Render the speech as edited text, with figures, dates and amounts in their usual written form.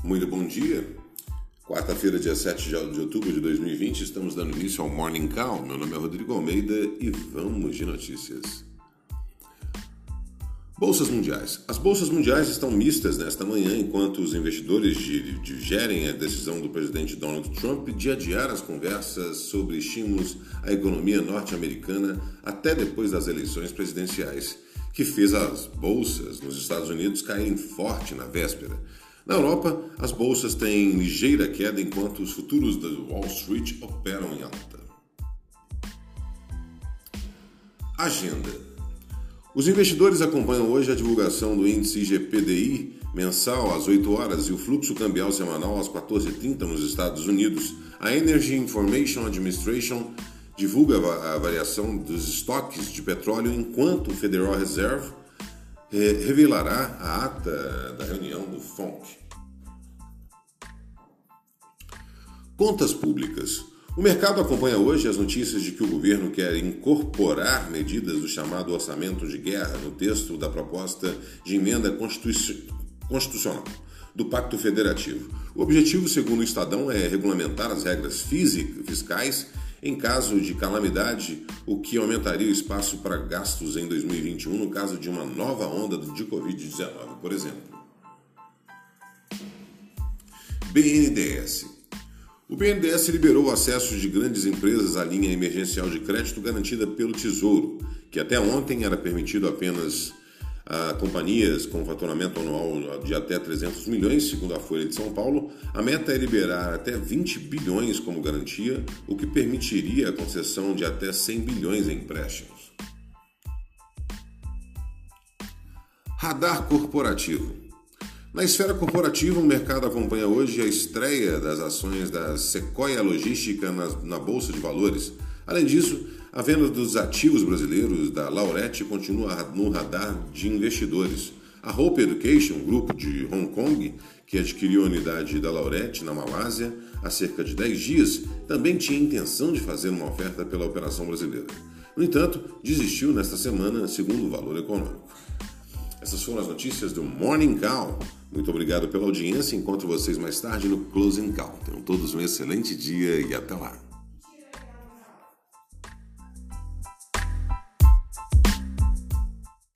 Muito bom dia. Quarta-feira, dia 7 de outubro de 2020, estamos dando início ao Morning Call. Meu nome é Rodrigo Almeida e vamos de notícias. Bolsas mundiais. As bolsas mundiais estão mistas nesta manhã, enquanto os investidores digerem a decisão do presidente Donald Trump de adiar as conversas sobre estímulos à economia norte-americana até depois das eleições presidenciais, que fez as bolsas nos Estados Unidos caírem forte na véspera. Na Europa, as bolsas têm ligeira queda, enquanto os futuros da Wall Street operam em alta. Agenda. Os investidores acompanham hoje a divulgação do índice IGPDI mensal às 8 horas e o fluxo cambial semanal às 14h30 nos Estados Unidos. A Energy Information Administration divulga a variação dos estoques de petróleo, enquanto o Federal Reserve revelará a ata da reunião do FONC. Contas públicas. O mercado acompanha hoje as notícias de que o governo quer incorporar medidas do chamado orçamento de guerra no texto da proposta de emenda constitucional do Pacto Federativo. O objetivo, segundo o Estadão, é regulamentar as regras fiscais em caso de calamidade, o que aumentaria o espaço para gastos em 2021 no caso de uma nova onda de Covid-19, por exemplo. BNDES. O BNDES liberou o acesso de grandes empresas à linha emergencial de crédito garantida pelo Tesouro, que até ontem era permitido apenas a companhias com faturamento anual de até 300 milhões, segundo a Folha de São Paulo. A meta é liberar até 20 bilhões como garantia, o que permitiria a concessão de até 100 bilhões em empréstimos. Radar corporativo. Na esfera corporativa, o mercado acompanha hoje a estreia das ações da Sequoia Logística na Bolsa de Valores. Além disso, a venda dos ativos brasileiros da Laureate continua no radar de investidores. A Hope Education, grupo de Hong Kong, que adquiriu a unidade da Laureate na Malásia há cerca de 10 dias, também tinha intenção de fazer uma oferta pela operação brasileira. No entanto, desistiu nesta semana, segundo o Valor Econômico. Essas foram as notícias do Morning Call. Muito obrigado pela audiência. Encontro vocês mais tarde no Closing Call. Tenham todos um excelente dia e até lá.